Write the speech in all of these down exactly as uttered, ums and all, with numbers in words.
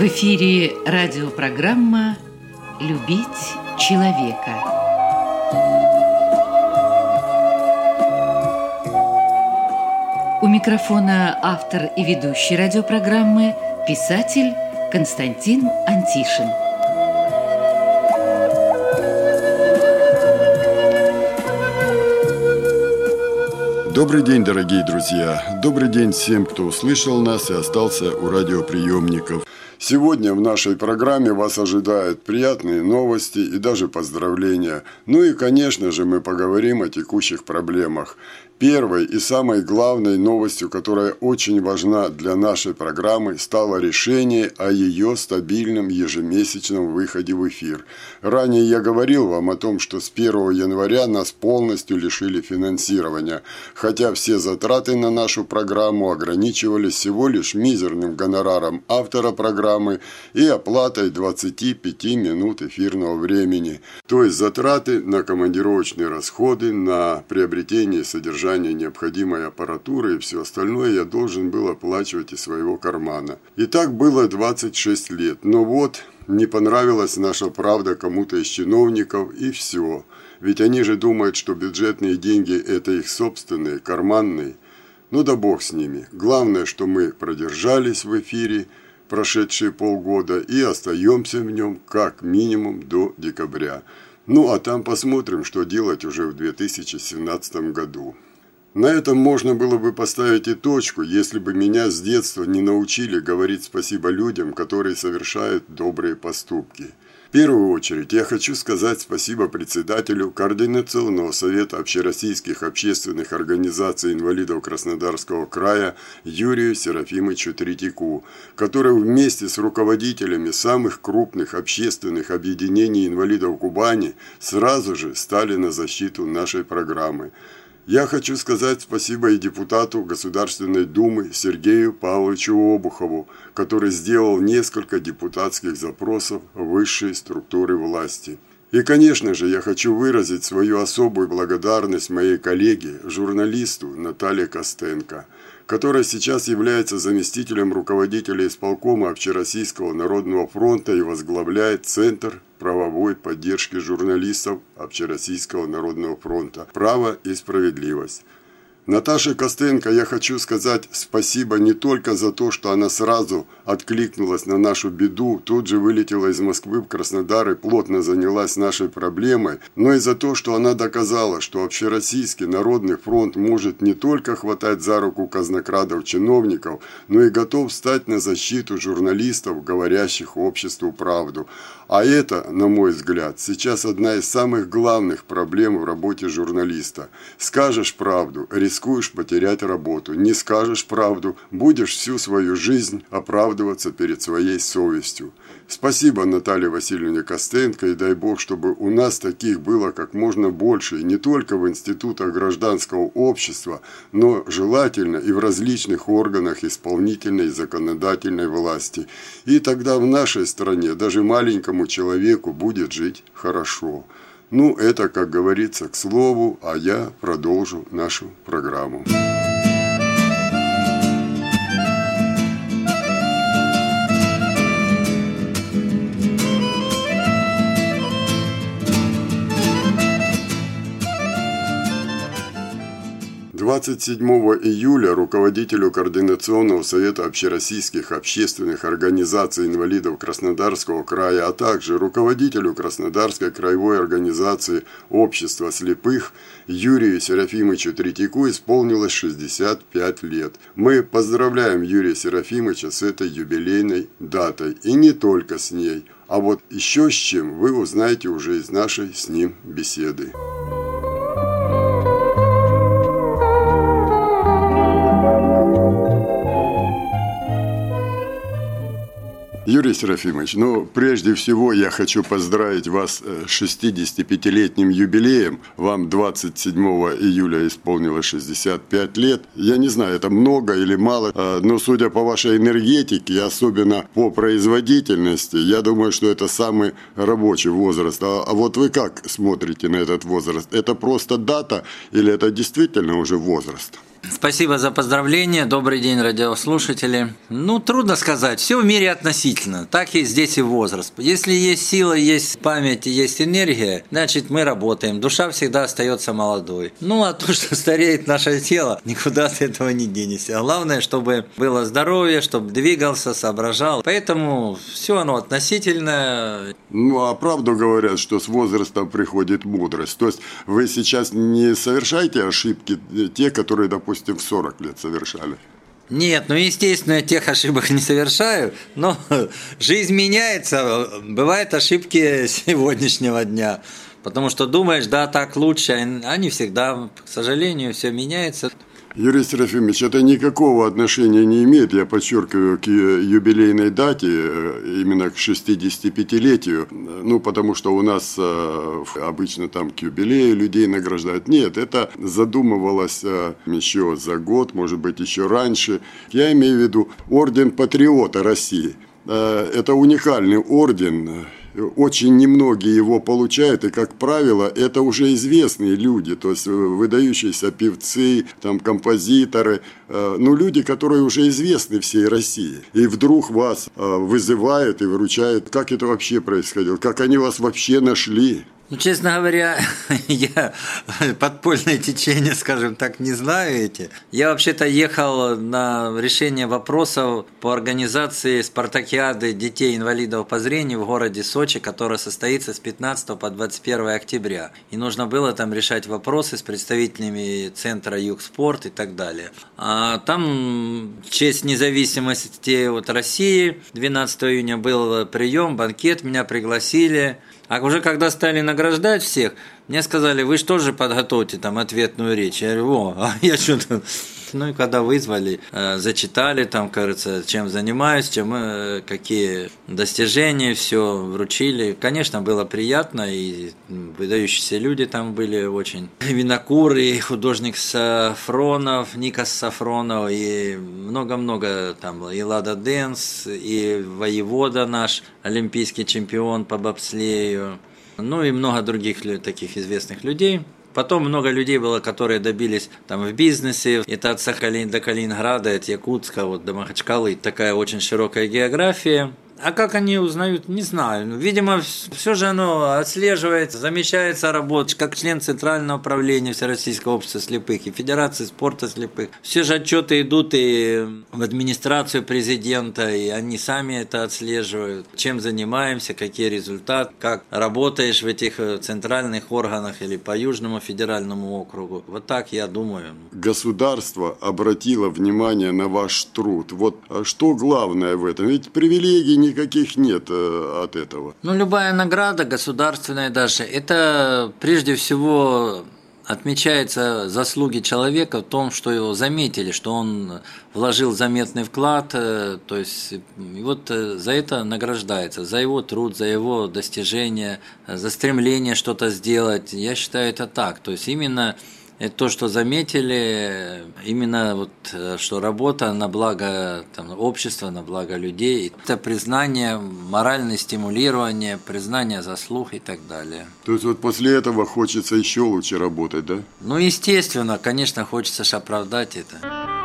В эфире радиопрограмма «Любить человека». У микрофона автор и ведущий радиопрограммы писатель Константин Антишин. Добрый день, дорогие друзья! Добрый день всем, кто услышал нас и остался у радиоприемников. Сегодня в нашей программе вас ожидают приятные новости и даже поздравления. Ну и, конечно же, мы поговорим о текущих проблемах. Первой и самой главной новостью, которая очень важна для нашей программы, стало решение о ее стабильном ежемесячном выходе в эфир. Ранее я говорил вам о том, что с первого января нас полностью лишили финансирования, хотя все затраты на нашу программу ограничивались всего лишь мизерным гонораром автора программы и оплатой двадцати пяти минут эфирного времени, то есть затраты на командировочные расходы, на приобретение и содержание необходимой аппаратуры и все остальное я должен был оплачивать из своего кармана. И так было двадцать шесть лет. Но вот не понравилась наша правда кому-то из чиновников, и все. Ведь они же думают, что бюджетные деньги – это их собственные, карманные. Ну да бог с ними. Главное, что мы продержались в эфире прошедшие полгода и остаемся в нем как минимум до декабря. Ну а там посмотрим, что делать уже в две тысячи семнадцатом году. На этом можно было бы поставить и точку, если бы меня с детства не научили говорить спасибо людям, которые совершают добрые поступки. В первую очередь я хочу сказать спасибо председателю Координационного совета общероссийских общественных организаций инвалидов Краснодарского края Юрию Серафимовичу Третьяку, который вместе с руководителями самых крупных общественных объединений инвалидов Кубани сразу же стали на защиту нашей программы. Я хочу сказать спасибо и депутату Государственной Думы Сергею Павловичу Обухову, который сделал несколько депутатских запросов в высшие структуры власти. И, конечно же, я хочу выразить свою особую благодарность моей коллеге, журналисту Наталье Костенко, которая сейчас является заместителем руководителя исполкома Общероссийского народного фронта и возглавляет Центр правовой поддержки журналистов Общероссийского народного фронта «Право и справедливость». Наташе Костенко я хочу сказать спасибо не только за то, что она сразу откликнулась на нашу беду, тут же вылетела из Москвы в Краснодар и плотно занялась нашей проблемой, но и за то, что она доказала, что Общероссийский народный фронт может не только хватать за руку казнокрадов-чиновников, но и готов встать на защиту журналистов, говорящих обществу правду. А это, на мой взгляд, сейчас одна из самых главных проблем в работе журналиста. Скажешь правду, рискуешь потерять работу. Не скажешь правду, будешь всю свою жизнь оправдываться перед своей совестью. Спасибо Наталье Васильевне Костенко, и дай Бог, чтобы у нас таких было как можно больше, и не только в институтах гражданского общества, но желательно и в различных органах исполнительной и законодательной власти. И тогда в нашей стране даже маленькому человеку будет жить хорошо. Ну, это, как говорится, к слову, а я продолжу нашу программу. двадцать седьмого июля руководителю Координационного совета общероссийских общественных организаций инвалидов Краснодарского края, а также руководителю Краснодарской краевой организации общества слепых Юрию Серафимовичу Третьяку исполнилось шестьдесят пять лет. Мы поздравляем Юрия Серафимовича с этой юбилейной датой, и не только с ней, а вот еще с чем вы узнаете уже из нашей с ним беседы. Юрий Серафимович, ну, прежде всего я хочу поздравить вас с шестидесятипятилетним юбилеем. Вам двадцать седьмого июля исполнилось шестьдесят пять лет. Я не знаю, это много или мало, но судя по вашей энергетике, особенно по производительности, я думаю, что это самый рабочий возраст. А вот вы как смотрите на этот возраст? Это просто дата или это действительно уже возраст? Спасибо за поздравления. Добрый день, радиослушатели. Ну, трудно сказать. Все в мире относительно. Так и здесь и возраст. Если есть сила, есть память, есть энергия, значит, мы работаем. Душа всегда остается молодой. Ну, а то, что стареет наше тело, никуда от этого не денешься. Главное, чтобы было здоровье, чтобы двигался, соображал. Поэтому все оно относительно. Ну, а правду говорят, что с возрастом приходит мудрость. То есть вы сейчас не совершаете ошибки, те, которые, допустим, в сорок лет совершали? Нет, ну, естественно, я тех ошибок не совершаю, но жизнь меняется, бывают ошибки сегодняшнего дня, потому что думаешь, да, так лучше, а не всегда, к сожалению, все меняется. Юрий Серафимович, это никакого отношения не имеет, я подчеркиваю, к юбилейной дате, именно к шестидесятипятилетию, ну, потому что у нас обычно там к юбилею людей награждают. Нет, это задумывалось еще за год, может быть, еще раньше. Я имею в виду орден патриота России. Это уникальный орден. Очень немногие его получают, и, как правило, это уже известные люди, то есть выдающиеся певцы, там, композиторы, ну, люди, которые уже известны всей России. И вдруг вас вызывают и выручают. Как это вообще происходило? Как они вас вообще нашли? Ну, честно говоря, я подпольное течение, скажем так, не знаю эти. Я вообще-то ехал на решение вопросов по организации спартакиады детей-инвалидов по зрению в городе Сочи, которая состоится с пятнадцатого по двадцать первое октября. И нужно было там решать вопросы с представителями центра Югспорт и так далее. А там в честь независимости от России двенадцатого июня был прием, банкет, меня пригласили. А уже когда стали награждать всех, мне сказали, вы же тоже подготовьте там ответную речь. Я говорю, о, а я что-то... Ну и когда вызвали, зачитали там, кажется, чем занимаюсь, чем, какие достижения, все вручили. Конечно, было приятно, и выдающиеся люди там были очень. Винокур, и художник Сафронов, Никас Сафронов, и много-много там было. И Лада Дэнс, и воевода наш, олимпийский чемпион по бобслею. Ну и много других таких известных людей. Потом много людей было, которые добились там в бизнесе. Это от Сахалина до Калининграда, от Якутска, вот до Махачкалы. Такая очень широкая география. А как они узнают, не знаю. Видимо, все же оно отслеживается, замещается работа. Как член Центрального управления Всероссийского общества слепых и Федерации спорта слепых. Все же отчеты идут и в администрацию президента, и они сами это отслеживают. Чем занимаемся, какие результаты, как работаешь в этих центральных органах или по Южному федеральному округу. Вот так я думаю. Государство обратило внимание на ваш труд. Вот что главное в этом? Ведь привилегий никаких нет от этого. Ну, любая награда, государственная даже, это прежде всего отмечается заслуги человека в том, что его заметили, что он вложил заметный вклад, то есть и вот за это награждается, за его труд, за его достижения, за стремление что-то сделать. Я считаю, это так. То есть именно это то, что заметили, именно вот, что работа на благо там, общества, на благо людей. Это признание, моральное стимулирование, признание заслуг и так далее. То есть вот после этого хочется еще лучше работать, да? Ну, естественно, конечно, хочется же оправдать это.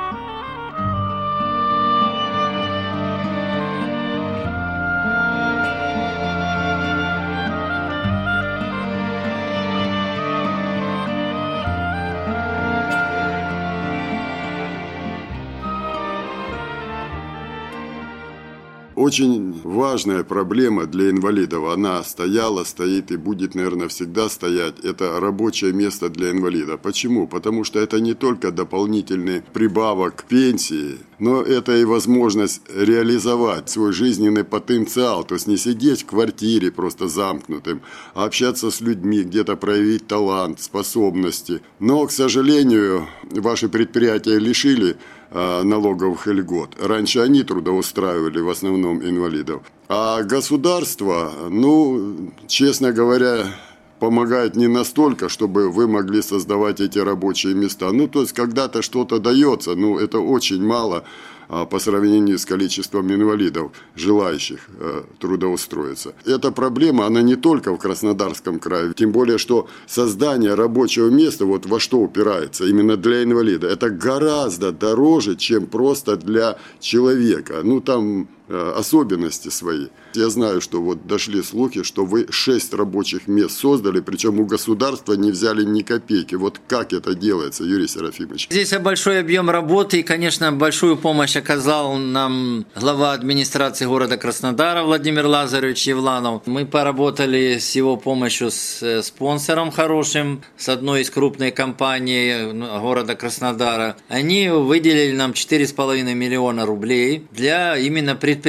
Очень важная проблема для инвалидов, она стояла, стоит и будет, наверное, всегда стоять. Это рабочее место для инвалида. Почему? Потому что это не только дополнительный прибавок к пенсии, но это и возможность реализовать свой жизненный потенциал. То есть не сидеть в квартире просто замкнутым, а общаться с людьми, где-то проявить талант, способности. Но, к сожалению, ваши предприятия лишили налоговых льгот. Раньше они трудоустраивали в основном инвалидов. А государство, ну, честно говоря, помогает не настолько, чтобы вы могли создавать эти рабочие места. Ну, то есть, когда-то что-то дается, ну, это очень мало. по сравнению с количеством инвалидов, желающих трудоустроиться. Эта проблема, она не только в Краснодарском крае, тем более, что создание рабочего места, вот во что упирается, именно для инвалида, это гораздо дороже, чем просто для человека. Ну, там особенности свои. Я знаю, что вот дошли слухи, что вы шесть рабочих мест создали, причем у государства не взяли ни копейки. Вот как это делается, Юрий Серафимович? Здесь большой объем работы, и, конечно, большую помощь оказал нам глава администрации города Краснодара Владимир Лазаревич Евланов. Мы поработали с его помощью с спонсором хорошим, с одной из крупных компаний города Краснодара. Они выделили нам четыре с половиной миллиона рублей для именно предприятия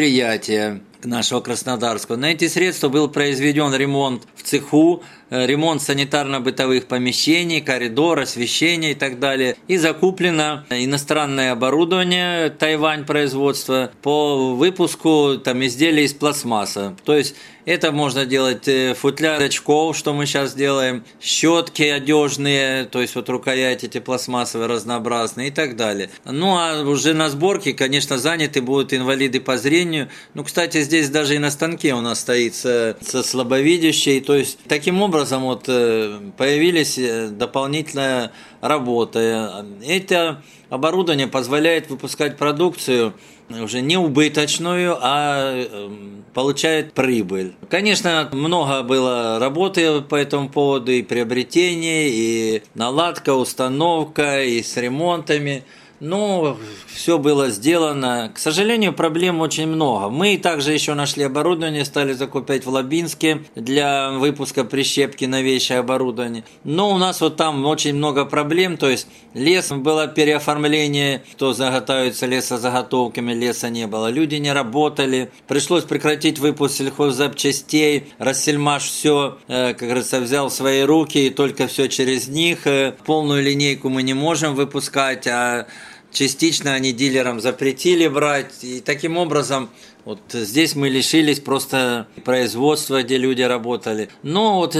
нашего краснодарского. На эти средства был произведен ремонт в цеху, ремонт санитарно-бытовых помещений, коридор, освещение и так далее. И закуплено иностранное оборудование, Тайвань производства, по выпуску там, изделий из пластмасса. То есть это можно делать футляр очков, что мы сейчас делаем, щетки одежные, то есть вот рукояти эти пластмассовые разнообразные и так далее. Ну а уже на сборке, конечно, заняты будут инвалиды по зрению. Ну, кстати, здесь даже и на станке у нас стоит со, со слабовидящей. То есть таким образом вот появились дополнительная работа. Это оборудование позволяет выпускать продукцию уже не убыточную, а получает прибыль. Конечно, много было работы по этому поводу, и приобретение, и наладка, установка, и с ремонтами. Ну, все было сделано. К сожалению, проблем очень много. Мы также еще нашли оборудование, стали закупать в Лабинске для выпуска прищепки новейшее оборудование. Но у нас вот там очень много проблем. То есть лес, было переоформление, кто заготавливается лесозаготовками, леса не было. Люди не работали. Пришлось прекратить выпуск сельхоззапчастей. Россельмаш все, как говорится, взял в свои руки, и только все через них. Полную линейку мы не можем выпускать, а частично они дилерам запретили брать, и таким образом вот здесь мы лишились просто производства, где люди работали. Но вот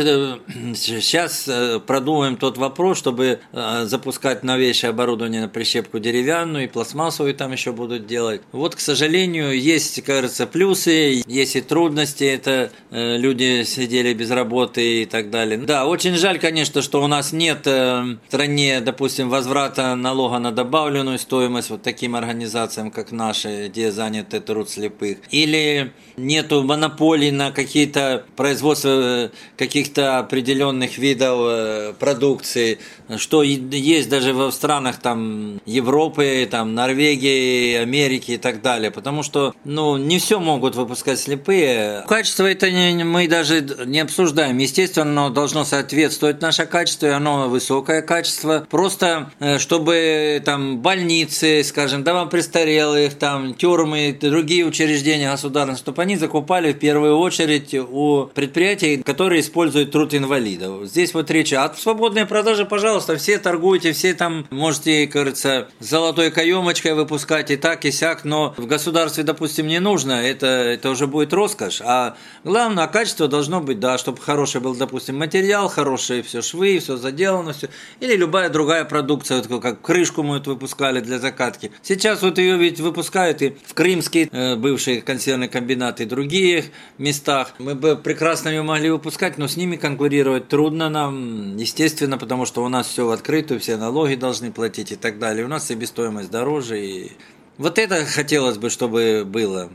сейчас продумаем тот вопрос, чтобы запускать новейшее оборудование на прищепку деревянную и пластмассовую там еще будут делать. Вот, к сожалению, есть, кажется, плюсы, есть и трудности. Это люди сидели без работы и так далее. Да, очень жаль, конечно, что у нас нет в стране, допустим, возврата налога на добавленную стоимость вот таким организациям, как наши, где заняты труд слепых. Или нету монополий на какие-то производства каких-то определенных видов продукции, что есть даже в странах там Европы, там Норвегии, Америки и так далее, потому что ну не все могут выпускать слепые. Качество это не, мы даже не обсуждаем. Естественно, оно должно соответствовать наше качество, и оно высокое качество. Просто чтобы там больницы, скажем, дома престарелых, там тюрьмы, другие учреждения государственные, чтобы они закупали в первую очередь у предприятий, которые используют труд инвалидов. Здесь вот речь о свободной продаже, пожалуйста, все торгуйте, все там можете, кажется, золотой каемочкой выпускать и так, и сяк, но в государстве, допустим, не нужно, это, это уже будет роскошь, а главное, качество должно быть, да, чтобы хороший был, допустим, материал, хорошие все швы, все заделано, все, или любая другая продукция, вот как крышку мы вот выпускали для закатки. Сейчас вот ее ведь выпускают и в крымские э, бывшие консервные комбинаты и других местах. Мы бы прекрасно ее могли выпускать, но с ними конкурировать трудно нам, естественно, потому что у нас все в открытую, все налоги должны платить и так далее. У нас себестоимость дороже. И вот это хотелось бы, чтобы было.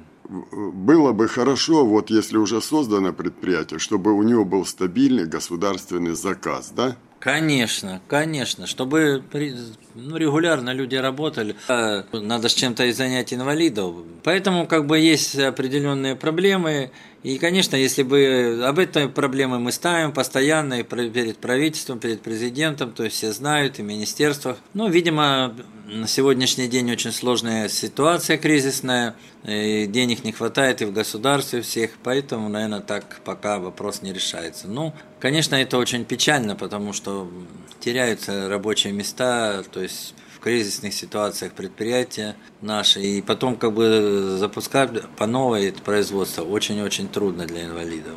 Было бы хорошо, вот если уже создано предприятие, чтобы у него был стабильный государственный заказ, да? Конечно, конечно, чтобы ну, регулярно люди работали, надо с чем-то и занять инвалидов. Поэтому как бы есть определенные проблемы. И, конечно, если бы об этой проблеме мы ставим постоянно и перед правительством, перед президентом, то есть все знают, и в министерствах. Но, видимо, на сегодняшний день очень сложная ситуация кризисная, и денег не хватает и в государстве всех, поэтому, наверное, так пока вопрос не решается. Ну, конечно, это очень печально, потому что теряются рабочие места, то есть в кризисных ситуациях предприятия наши, и потом как бы запускать по новой это производство очень-очень трудно для инвалидов.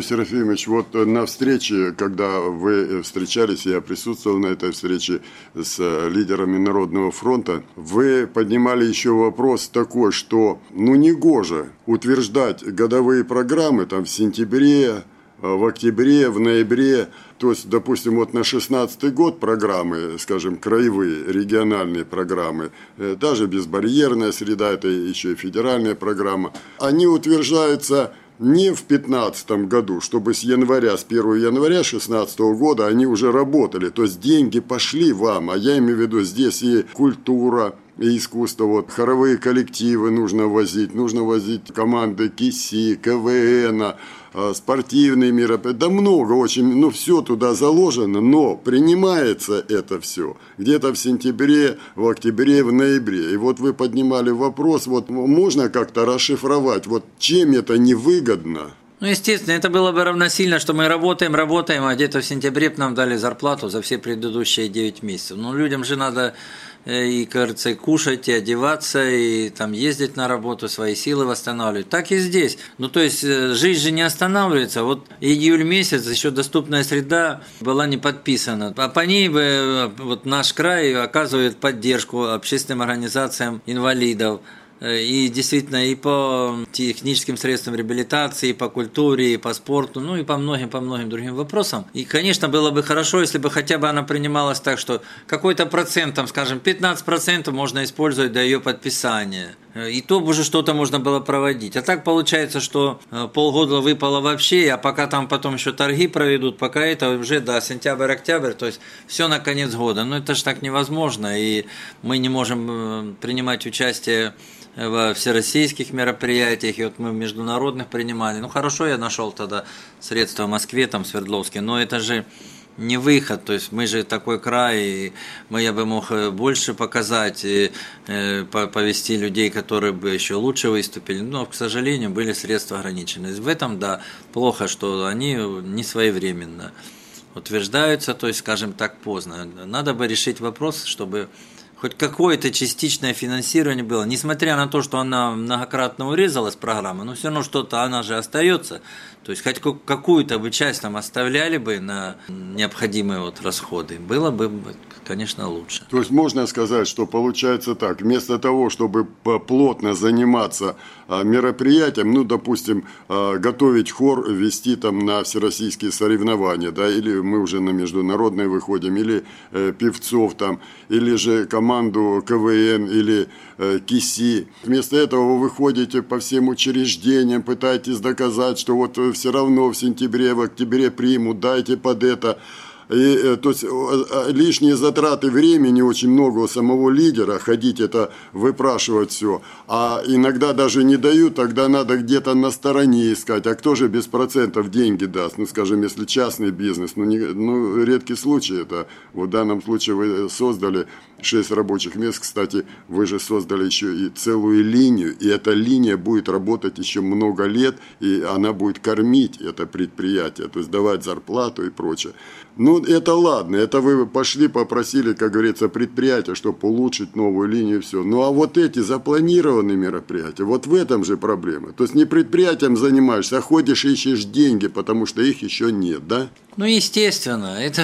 Серафимович, вот на встрече, когда вы встречались, я присутствовал на этой встрече с лидерами Народного фронта, вы поднимали еще вопрос такой, что ну негоже утверждать годовые программы там в сентябре, в октябре, в ноябре. То есть, допустим, вот на шестнадцатый год программы, скажем, краевые, региональные программы, даже безбарьерная среда, это еще и федеральная программа, они утверждаются не в пятнадцатом году, чтобы с января, с первого января шестнадцатого года они уже работали. То есть деньги пошли вам, а я имею в виду здесь и культура, и искусство, вот хоровые коллективы нужно возить, нужно возить команды КИСИ, КВН, спортивные мероприятия, да много очень, ну все туда заложено, но принимается это все где-то в сентябре, в октябре, в ноябре. И вот вы поднимали вопрос, вот можно как-то расшифровать, вот чем это невыгодно? Ну, естественно, это было бы равносильно, что мы работаем, работаем, а где-то в сентябре нам дали зарплату за все предыдущие девять месяцев. Ну, людям же надо и, кажется, и кушать, и одеваться, и там ездить на работу, свои силы восстанавливать. Так и здесь. Ну, то есть, жизнь же не останавливается. Вот июль месяц, еще доступная среда была не подписана. А по ней бы вот наш край оказывает поддержку общественным организациям инвалидов. И действительно и по техническим средствам реабилитации, и по культуре, и по спорту, ну и по многим, по многим другим вопросам. И, конечно, было бы хорошо, если бы хотя бы она принималась так, что какой-то процент, там, скажем, пятнадцать процентов можно использовать до ее подписания. И то уже что-то можно было проводить. А так получается, что полгода выпало вообще, а пока там потом еще торги проведут, пока это уже, да, сентябрь-октябрь, то есть все на конец года. Но это же так невозможно, и мы не можем принимать участие во всероссийских мероприятиях, и вот мы в международных принимали. Ну, хорошо, я нашел тогда средства в Москве, там, в Свердловске, но это же не выход, то есть мы же такой край, и мы, я бы мог больше показать, и, э, повести людей, которые бы еще лучше выступили, но, к сожалению, были средства ограничены. В этом, да, плохо, что они не своевременно утверждаются, то есть, скажем так, поздно. Надо бы решить вопрос, чтобы хоть какое-то частичное финансирование было, несмотря на то, что она многократно урезалась, программа, но все равно что-то, она же остается, то есть хоть какую-то бы часть там оставляли бы на необходимые вот расходы, было бы, конечно, лучше. То есть можно сказать, что получается так, вместо того, чтобы плотно заниматься мероприятием, ну, допустим, готовить хор, вести там на всероссийские соревнования, да, или мы уже на международные выходим, или э, певцов там, или же команду КВН, или э, КИСИ. Вместо этого вы выходите по всем учреждениям, пытаетесь доказать, что вот все равно в сентябре, в октябре примут, дайте под это. И, то есть лишние затраты времени очень много у самого лидера, ходить это, выпрашивать все. А иногда даже не дают, тогда надо где-то на стороне искать. А кто же без процентов деньги даст? Ну, скажем, если частный бизнес, ну, не, ну редкий случай это. Вот в данном случае вы создали шесть рабочих мест, кстати, вы же создали еще и целую линию, и эта линия будет работать еще много лет, и она будет кормить это предприятие, то есть давать зарплату и прочее. Ну, это ладно, это вы пошли, попросили, как говорится, предприятие, чтобы улучшить новую линию и все. Ну, а вот эти запланированные мероприятия, вот в этом же проблема. То есть не предприятием занимаешься, а ходишь и ищешь деньги, потому что их еще нет, да? Ну, естественно, это...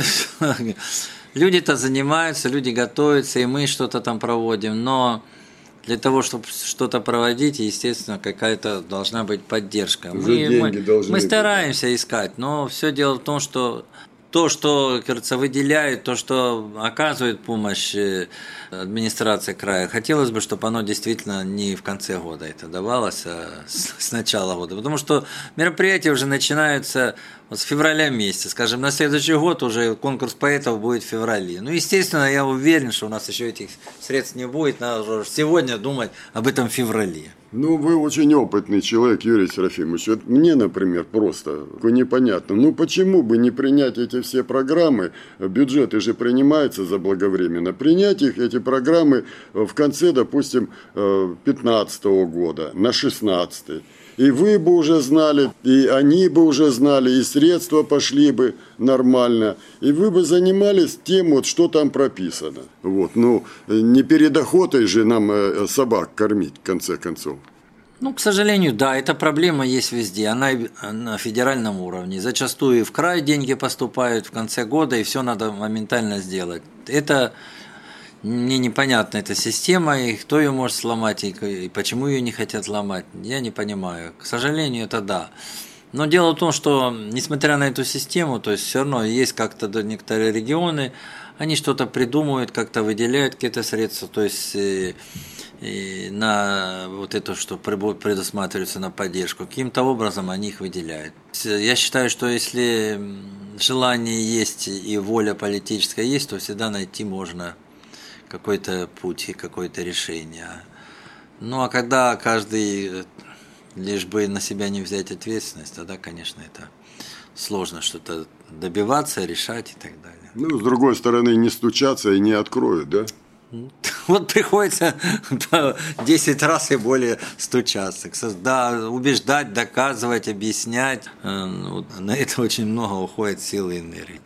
Люди-то занимаются, люди готовятся, и мы что-то там проводим, но для того, чтобы что-то проводить, естественно, какая-то должна быть поддержка. Мы, мы, мы стараемся быть. искать, но все дело в том, что то, что, кажется, выделяет, то, что оказывает помощь администрация края, хотелось бы, чтобы оно действительно не в конце года это давалось, а с начала года. Потому что мероприятия уже начинаются вот с февраля месяца. Скажем, на следующий год уже конкурс поэтов будет в феврале. Ну, естественно, я уверен, что у нас еще этих средств не будет. Надо уже сегодня думать об этом в феврале. Ну, вы очень опытный человек, Юрий Серафимович. Вот мне, например, просто непонятно. Ну, почему бы не принять эти все программы? Бюджеты же принимаются заблаговременно. Принять их, эти программы, в конце, допустим, пятнадцатого года, на шестнадцатый. И вы бы уже знали, и они бы уже знали, и средства пошли бы нормально. И вы бы занимались тем, вот, что там прописано. Вот. Ну, не перед охотой же нам собак кормить, в конце концов. Ну, к сожалению, да, эта проблема есть везде. Она на федеральном уровне. Зачастую в край деньги поступают в конце года, и все надо моментально сделать. Это мне непонятна эта система, и кто ее может сломать, и почему ее не хотят ломать, я не понимаю. К сожалению, это да. Но дело в том, что несмотря на эту систему, то есть все равно есть как-то некоторые регионы, они что-то придумывают, как-то выделяют какие-то средства, то есть и, и на вот это, что предусматривается на поддержку, каким-то образом они их выделяют. Я считаю, что если желание есть и воля политическая есть, то всегда найти можно какой-то путь и какое-то решение. Ну а когда каждый лишь бы на себя не взять ответственность, тогда, конечно, это сложно что-то добиваться, решать и так далее. Ну, с другой стороны, не стучаться и не откроют, да? Вот приходится десять раз и более стучаться, да, убеждать, доказывать, объяснять. На это очень много уходит сил и энергии.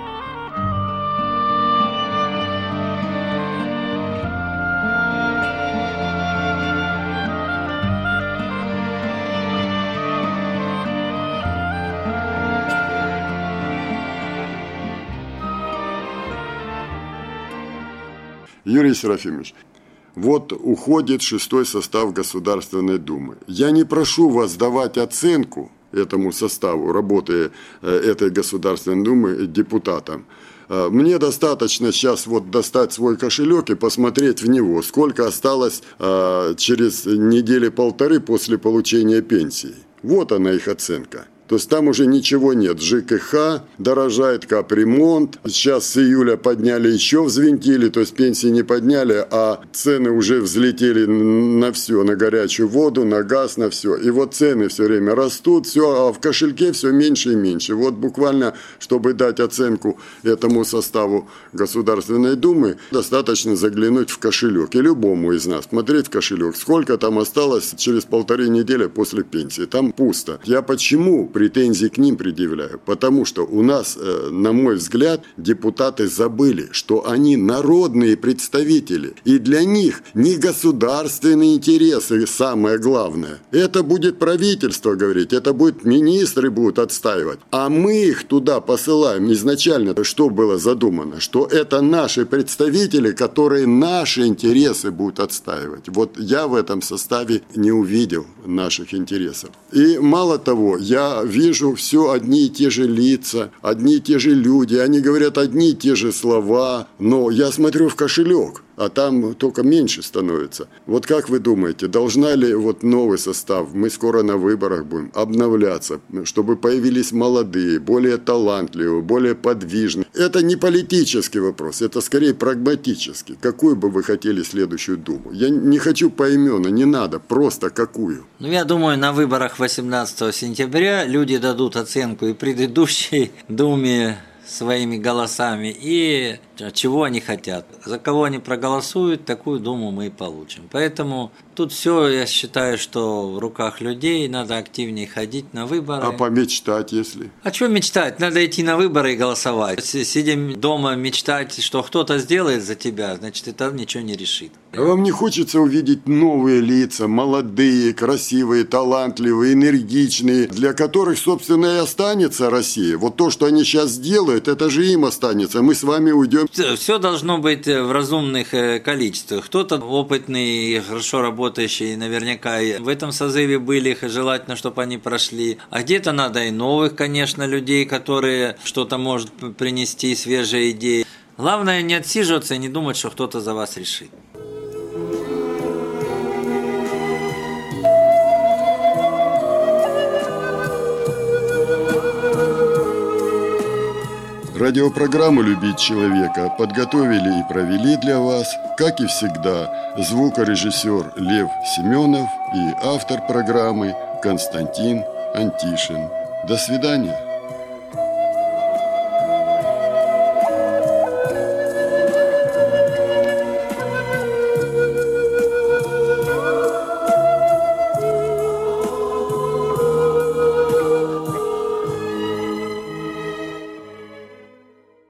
Юрий Серафимович, вот уходит шестой состав Государственной Думы. Я не прошу вас давать оценку этому составу работы этой Государственной Думы депутатам. Мне достаточно сейчас вот достать свой кошелек и посмотреть в него, сколько осталось через недели-полторы после получения пенсии. Вот она их оценка. То есть там уже ничего нет. ЖКХ дорожает, капремонт. Сейчас с июля подняли, еще взвинтили. То есть пенсии не подняли, а цены уже взлетели на все. На горячую воду, на газ, на все. И вот цены все время растут, все, а в кошельке все меньше и меньше. Вот буквально, чтобы дать оценку этому составу Государственной Думы, достаточно заглянуть в кошелек. И любому из нас смотреть в кошелек, сколько там осталось через полторы недели после пенсии. Там пусто. Я почему претензии к ним предъявляю? Потому что у нас, на мой взгляд, депутаты забыли, что они народные представители. И для них не государственные интересы самое главное. Это будет правительство говорить, это будет министры будут отстаивать. А мы их туда посылаем изначально. Что было задумано? Что это наши представители, которые наши интересы будут отстаивать. Вот я в этом составе не увидел наших интересов. И мало того, я вижу все одни и те же лица, одни и те же люди, они говорят одни и те же слова, но я смотрю в кошелек, а там только меньше становится. Вот как вы думаете, должна ли вот новый состав, мы скоро на выборах будем, обновляться, чтобы появились молодые, более талантливые, более подвижные? Это не политический вопрос, это скорее прагматический. Какую бы вы хотели следующую Думу? Я не хочу поименно, не надо, просто какую? Ну, я думаю, на выборах восемнадцатого сентября люди дадут оценку и предыдущей Думе своими голосами и чего они хотят. За кого они проголосуют, такую Думу мы и получим. Поэтому тут все, я считаю, что в руках людей, надо активнее ходить на выборы. А помечтать, если? А что мечтать? Надо идти на выборы и голосовать. Сидя дома мечтать, что кто-то сделает за тебя, значит, это ничего не решит. А вам не хочется увидеть новые лица, молодые, красивые, талантливые, энергичные, для которых, собственно, и останется Россия. Вот то, что они сейчас делают, это же им останется. Мы с вами уйдем. Все должно быть в разумных количествах. Кто-то опытный, хорошо работающий, наверняка в этом созыве были, желательно, чтобы они прошли. А где-то надо и новых, конечно, людей, которые что-то может принести, свежие идеи. Главное не отсиживаться и не думать, что кто-то за вас решит. Радиопрограмму «Любить человека» подготовили и провели для вас, как и всегда, звукорежиссер Лев Семенов и автор программы Константин Антишин. До свидания.